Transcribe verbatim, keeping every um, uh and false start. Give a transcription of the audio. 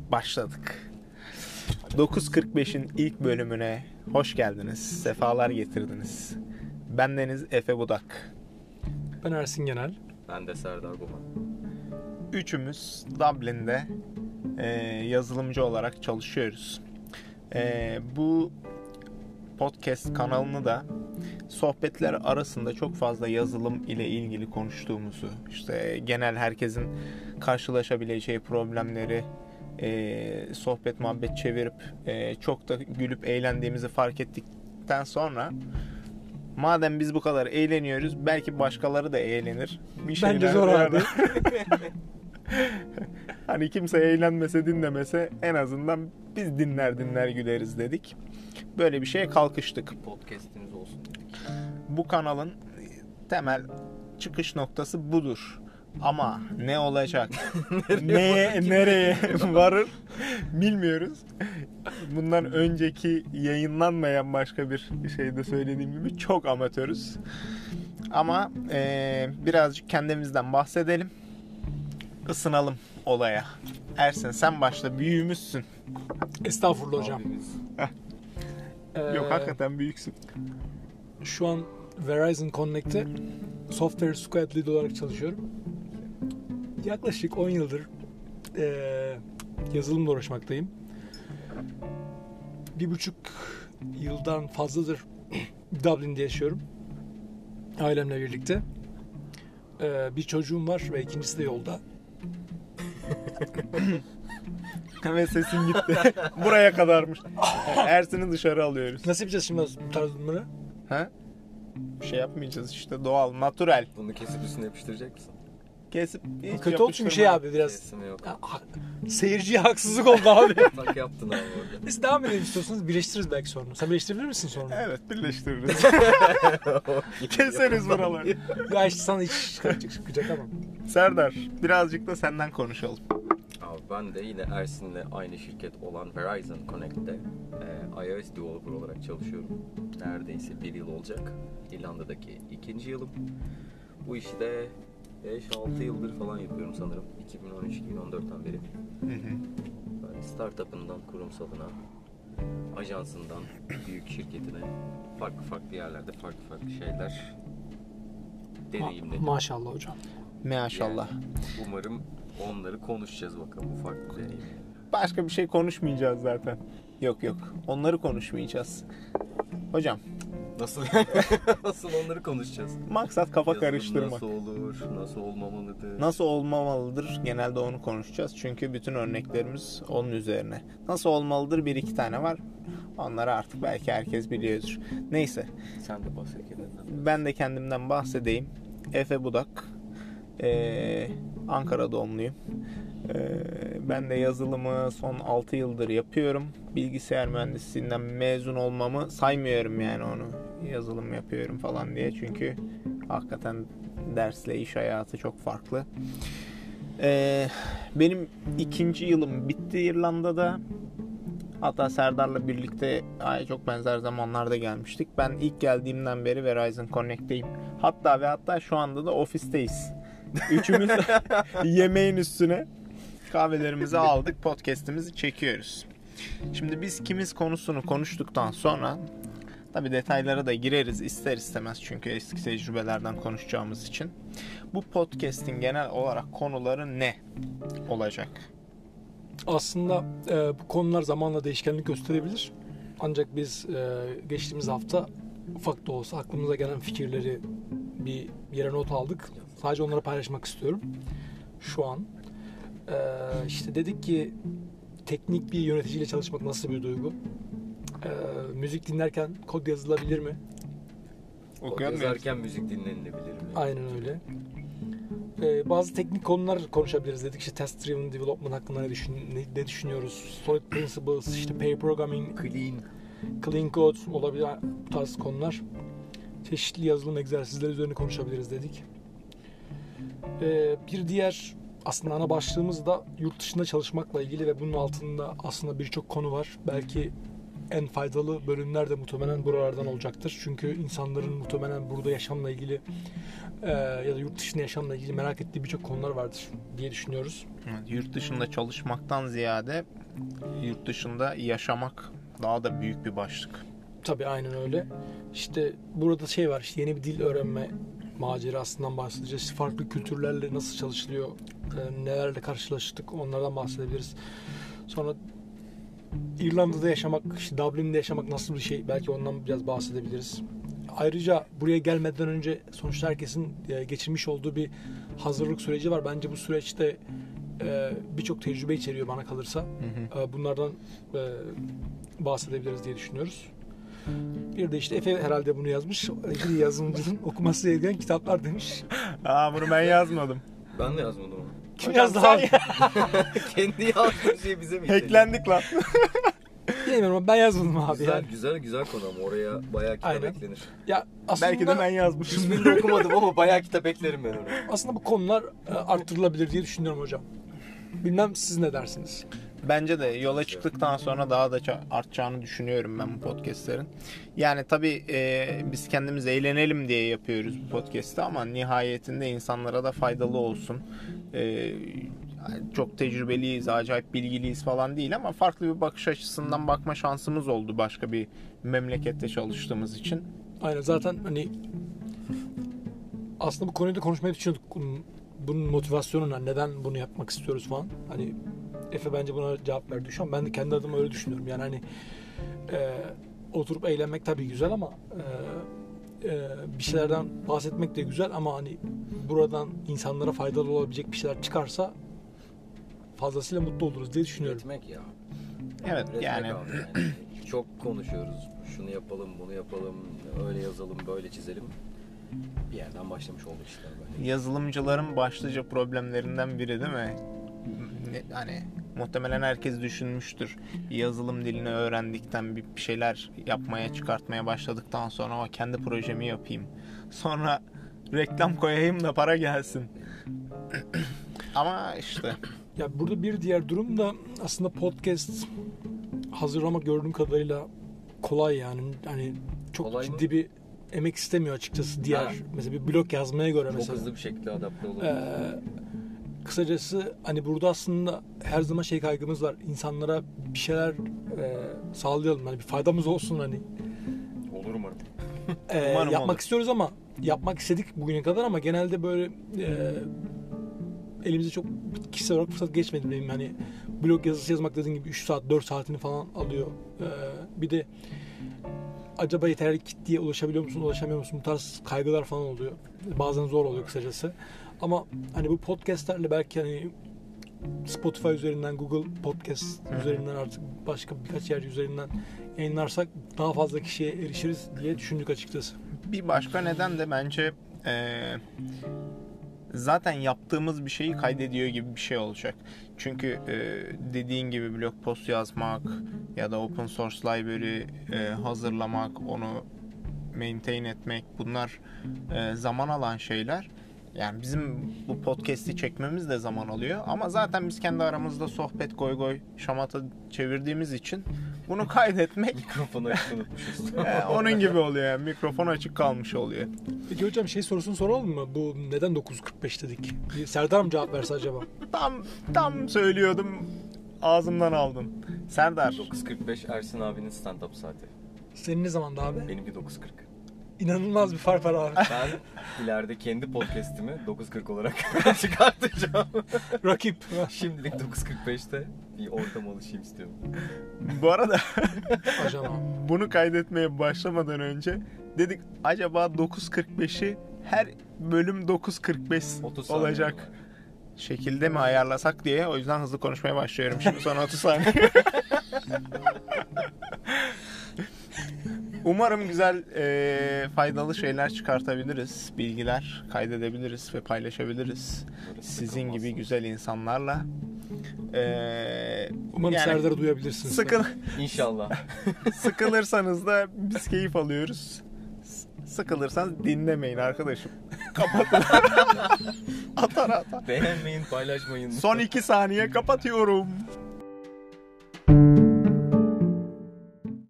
başladık. dokuz kırk beşin ilk bölümüne hoş geldiniz. Sefalar getirdiniz. Bendeniz Efe Budak. Ben Ersin Genel. Ben de Serdar Buman. Üçümüz Dublin'de e, yazılımcı olarak çalışıyoruz. E, bu podcast kanalını da sohbetler arasında çok fazla yazılım ile ilgili konuştuğumuzu, işte genel herkesin karşılaşabileceği problemleri e, sohbet muhabbet çevirip e, çok da gülüp eğlendiğimizi fark ettikten sonra, madem biz bu kadar eğleniyoruz, belki başkaları da eğlenir. Bir Bence zor abi. Hani kimse eğlenmese, dinlemese, en azından biz dinler dinler güleriz dedik. Böyle bir şeye kalkıştık. Podcast'iniz olsun. Bu kanalın temel çıkış noktası budur. Ama ne olacak? Neye, nereye varır bilmiyoruz. Bundan önceki yayınlanmayan başka bir şeyde söylediğim gibi çok amatörüz. Ama e, birazcık kendimizden bahsedelim. Isınalım olaya. Ersin, sen başla, büyüğümüzsün. Estağfurullah hocam. Ee, Yok, hakikaten büyüksün. Şu an Verizon Connect'te Software Squad Lead olarak çalışıyorum. Yaklaşık on yıldır e, yazılımla uğraşmaktayım. Bir buçuk yıldan fazladır Dublin'de yaşıyorum. Ailemle birlikte. E, bir çocuğum var ve ikincisi de yolda. Ve sesin gitti. Buraya kadarmış. Ersin'i dışarı alıyoruz. Nasıl yapacağız şimdi bu tarz durumları? Ha? Bir şey yapmayacağız işte, doğal, natural. Bunu kesip üstüne yapıştıracak mısın? Kesip hiç Kötü oldu çünkü şey abi biraz. Kesimi yok. Ya, ha- seyirciye haksızlık oldu abi. Tak yaptın abi orada. Biz devam edelim istiyorsanız, birleştiririz belki sorunu. Sen birleştirebilir misin sorunu? Evet, birleştiririz. Keseriz buraları. Ya işte sana iş çıkacak, çıkacak ama. Serdar, birazcık da senden konuşalım. Abi ben de yine Ersin'le aynı şirket olan Verizon Connect'te e, iOS developer olarak çalışıyorum. Neredeyse bir yıl olacak. İrlanda'daki ikinci yılım. Bu işi de beş altı yıldır falan yapıyorum sanırım. iki bin on üç iki bin on dörtten beri. Hı hı. Böyle startup'ından kurumsalına, ajansından büyük şirketine farklı farklı yerlerde farklı farklı şeyler deneyimledim. Ma- maşallah hocam. Maşallah. Yani umarım onları konuşacağız bakalım, bu farklı deneyimleri. Başka bir şey konuşmayacağız zaten. Yok yok, onları konuşmayacağız. Hocam, Nasıl nasıl onları konuşacağız? maksat kafa Yazılım karıştırmak. nasıl olur, nasıl olmamalıdır? Nasıl olmamalıdır? Genelde onu konuşacağız. Çünkü bütün örneklerimiz onun üzerine. Nasıl olmalıdır? Bir iki tane var. Onları artık belki herkes biliyordur. Neyse. Sen de bahset kendinden. Ben de kendimden bahsedeyim. Efe Budak. Ee, Ankara doğumluyum. Ee, ben de yazılımı son altı yıldır yapıyorum. Bilgisayar mühendisliğinden mezun olmamı saymıyorum, yani onu yazılım yapıyorum falan diye. Çünkü hakikaten dersle iş hayatı çok farklı. Ee, benim ikinci yılım bitti İrlanda'da. Hatta Serdar'la birlikte ay, çok benzer zamanlarda gelmiştik. Ben ilk geldiğimden beri Verizon Connect'teyim. Hatta ve hatta şu anda da ofisteyiz. Üçümüz yemeğin üstüne kahvelerimizi aldık, podcast'imizi çekiyoruz. Şimdi biz kimiz konusunu konuştuktan sonra tabii detaylara da gireriz ister istemez, çünkü eski tecrübelerden konuşacağımız için. Bu podcast'in genel olarak konuları ne olacak? Aslında e, bu konular zamanla değişkenlik gösterebilir. Ancak biz e, geçtiğimiz hafta ufak da olsa aklımıza gelen fikirleri bir yere not aldık. Sadece onları paylaşmak istiyorum şu an. E, işte dedik ki teknik bir yöneticiyle çalışmak nasıl bir duygu? E, müzik dinlerken kod yazılabilir mi? O yazarken müzik dinlenilebilir mi? Aynen öyle. Ee, bazı teknik konular konuşabiliriz dedik. İşte test driven development hakkında ne, düşün, ne, ne düşünüyoruz? Solid principles, işte pair programming, Clean. clean code olabilir, bu tarz konular. Çeşitli yazılım egzersizleri üzerine konuşabiliriz dedik. Ee, bir diğer aslında ana başlığımız da yurt dışında çalışmakla ilgili ve bunun altında aslında birçok konu var. Belki en faydalı bölümler de muhtemelen buralardan olacaktır. Çünkü insanların muhtemelen burada yaşamla ilgili e, ya da yurt dışında yaşamla ilgili merak ettiği birçok konular vardır diye düşünüyoruz. Evet, yurt dışında çalışmaktan ziyade yurt dışında yaşamak daha da büyük bir başlık. Tabii aynen öyle. İşte burada şey var, işte yeni bir dil öğrenme macerasından bahsedeceğiz. İşte farklı kültürlerle nasıl çalışılıyor, e, nelerle karşılaştık, onlardan bahsedebiliriz. Sonra İrlanda'da yaşamak, işte Dublin'de yaşamak nasıl bir şey, belki ondan biraz bahsedebiliriz. Ayrıca buraya gelmeden önce sonuçta herkesin e, geçirmiş olduğu bir hazırlık süreci var. Bence bu süreçte e, birçok tecrübe içeriyor bana kalırsa. Hı hı. E, bunlardan e, bahsedebiliriz diye düşünüyoruz. Bir de işte Efe herhalde bunu yazmış. Bir yazımcının okuması gereken kitaplar demiş. Aa, bunu ben yazmadım. Ben de yazmadım onu. Kim Hocam yazdı sen abi? Kendi yazdığı şey bize mi geliyor? Hacklendik lan. Bilmiyorum ama ben yazmadım abi. Güzel, Yani. güzel güzel konu ama oraya bayağı kitap Aynen. eklenir. Ya aslında, Belki de ben yazmışım. İsmini de okumadım ama bayağı kitap eklerim ben oraya. aslında bu konular e, arttırılabilir diye düşünüyorum hocam. Bilmem siz ne dersiniz? Bence de yola çıktıktan sonra daha da ça- artacağını düşünüyorum ben bu podcastlerin. Yani tabii e, biz kendimiz eğlenelim diye yapıyoruz bu podcast'ı ama nihayetinde insanlara da faydalı olsun. E, çok tecrübeliyiz, acayip bilgiliyiz falan değil ama farklı bir bakış açısından bakma şansımız oldu başka bir memlekette çalıştığımız için. Aynen, zaten hani aslında bu konuyu da konuşmayı düşünüyorduk. Bunun motivasyonu ne? Neden bunu yapmak istiyoruz falan. Hani Efe bence buna cevap verdi şu an. Ben de kendi adıma öyle düşünüyorum. Yani hani e, oturup eğlenmek tabii güzel ama e, e, bir şeylerden bahsetmek de güzel ama hani buradan insanlara faydalı olabilecek bir şeyler çıkarsa fazlasıyla mutlu oluruz diye düşünüyorum. Üretmek ya. Evet Üretmek yani abi yani. Çok konuşuyoruz. Şunu yapalım, bunu yapalım, öyle yazalım, böyle çizelim. Bir yerden başlamış olduk işte böyle. yazılımcıların başlıca problemlerinden biri değil mi? Ne- Hani muhtemelen herkes düşünmüştür. Bir yazılım dilini öğrendikten bir bir şeyler yapmaya, çıkartmaya başladıktan sonra o kendi projemi yapayım. Sonra reklam koyayım da para gelsin. Ama işte Ya burada bir diğer durum da aslında podcast hazırlamak gördüğüm kadarıyla kolay yani. Hani çok Kolay ciddi mı? bir emek istemiyor açıkçası diğer. Ha. Mesela bir blog yazmaya göre Çok mesela. hızlı bir şekilde adapte olur. Ee, kısacası hani burada aslında her zaman şey kaygımız var. İnsanlara bir şeyler e, sağlayalım. Hani bir faydamız olsun hani. Olur umarım. Ee, Umarım yapmak olur. istiyoruz ama yapmak istedik bugüne kadar ama genelde böyle e, elimize çok kişisel olarak fırsat geçmedi benim. Hani blog yazısı yazmak dediğim gibi üç saat dört saatini falan alıyor. Ee, bir de acaba yeterli kitleye ulaşabiliyor musun, ulaşamıyor musun? Bu tarz kaygılar falan oluyor. Bazen zor oluyor kısacası. Ama hani bu podcastlerle belki hani Spotify üzerinden, Google Podcast üzerinden artık başka birkaç yer üzerinden yayınlarsak daha fazla kişiye erişiriz diye düşündük açıkçası. bir başka neden de bence eee, zaten yaptığımız bir şeyi kaydediyor gibi bir şey olacak. Çünkü eee, dediğin gibi blog post yazmak ya da open source library eee, hazırlamak, onu maintain etmek bunlar eee, zaman alan şeyler. Yani bizim bu podcast'i çekmemiz de zaman alıyor ama zaten biz kendi aramızda sohbet, goy goy, şamata çevirdiğimiz için bunu kaydetmek Mikrofonu açık unutmuşuz. e, onun gibi oluyor yani mikrofon açık kalmış oluyor. Peki hocam şey sorusunu soralım mı? Bu neden dokuz kırk beş dedik? Bir Serdar mı cevap verse acaba? Tam tam söylüyordum ağzımdan aldın. Serdar. dokuz kırk beş Ersin abinin stand-up saati. Senin ne zamanda abi? Benimki dokuz kırk. İnanılmaz bir fark var abi. Ben ileride kendi podcast'imi dokuz kırk olarak çıkartacağım. Rakip. Şimdilik dokuz kırk beşte bir ortam alışayım istiyorum. Bu arada Hocam abi. bunu kaydetmeye başlamadan önce dedik acaba dokuz kırk beşi her bölüm dokuz kırk beş otuz saniye olacak var. şekilde mi ayarlasak diye o yüzden hızlı konuşmaya başlıyorum şimdi son otuz saniye. Umarım güzel, e, faydalı şeyler çıkartabiliriz, bilgiler kaydedebiliriz ve paylaşabiliriz Burası sizin sıkılmaz. gibi güzel insanlarla. E, Umarım yani Serdar'ı duyabilirsiniz. sıkıl, İnşallah. sıkılırsanız da biz keyif alıyoruz. S- Sıkılırsanız dinlemeyin arkadaşım. Kapatın. atar atar. Beğenmeyin, paylaşmayın. Son iki saniye kapatıyorum.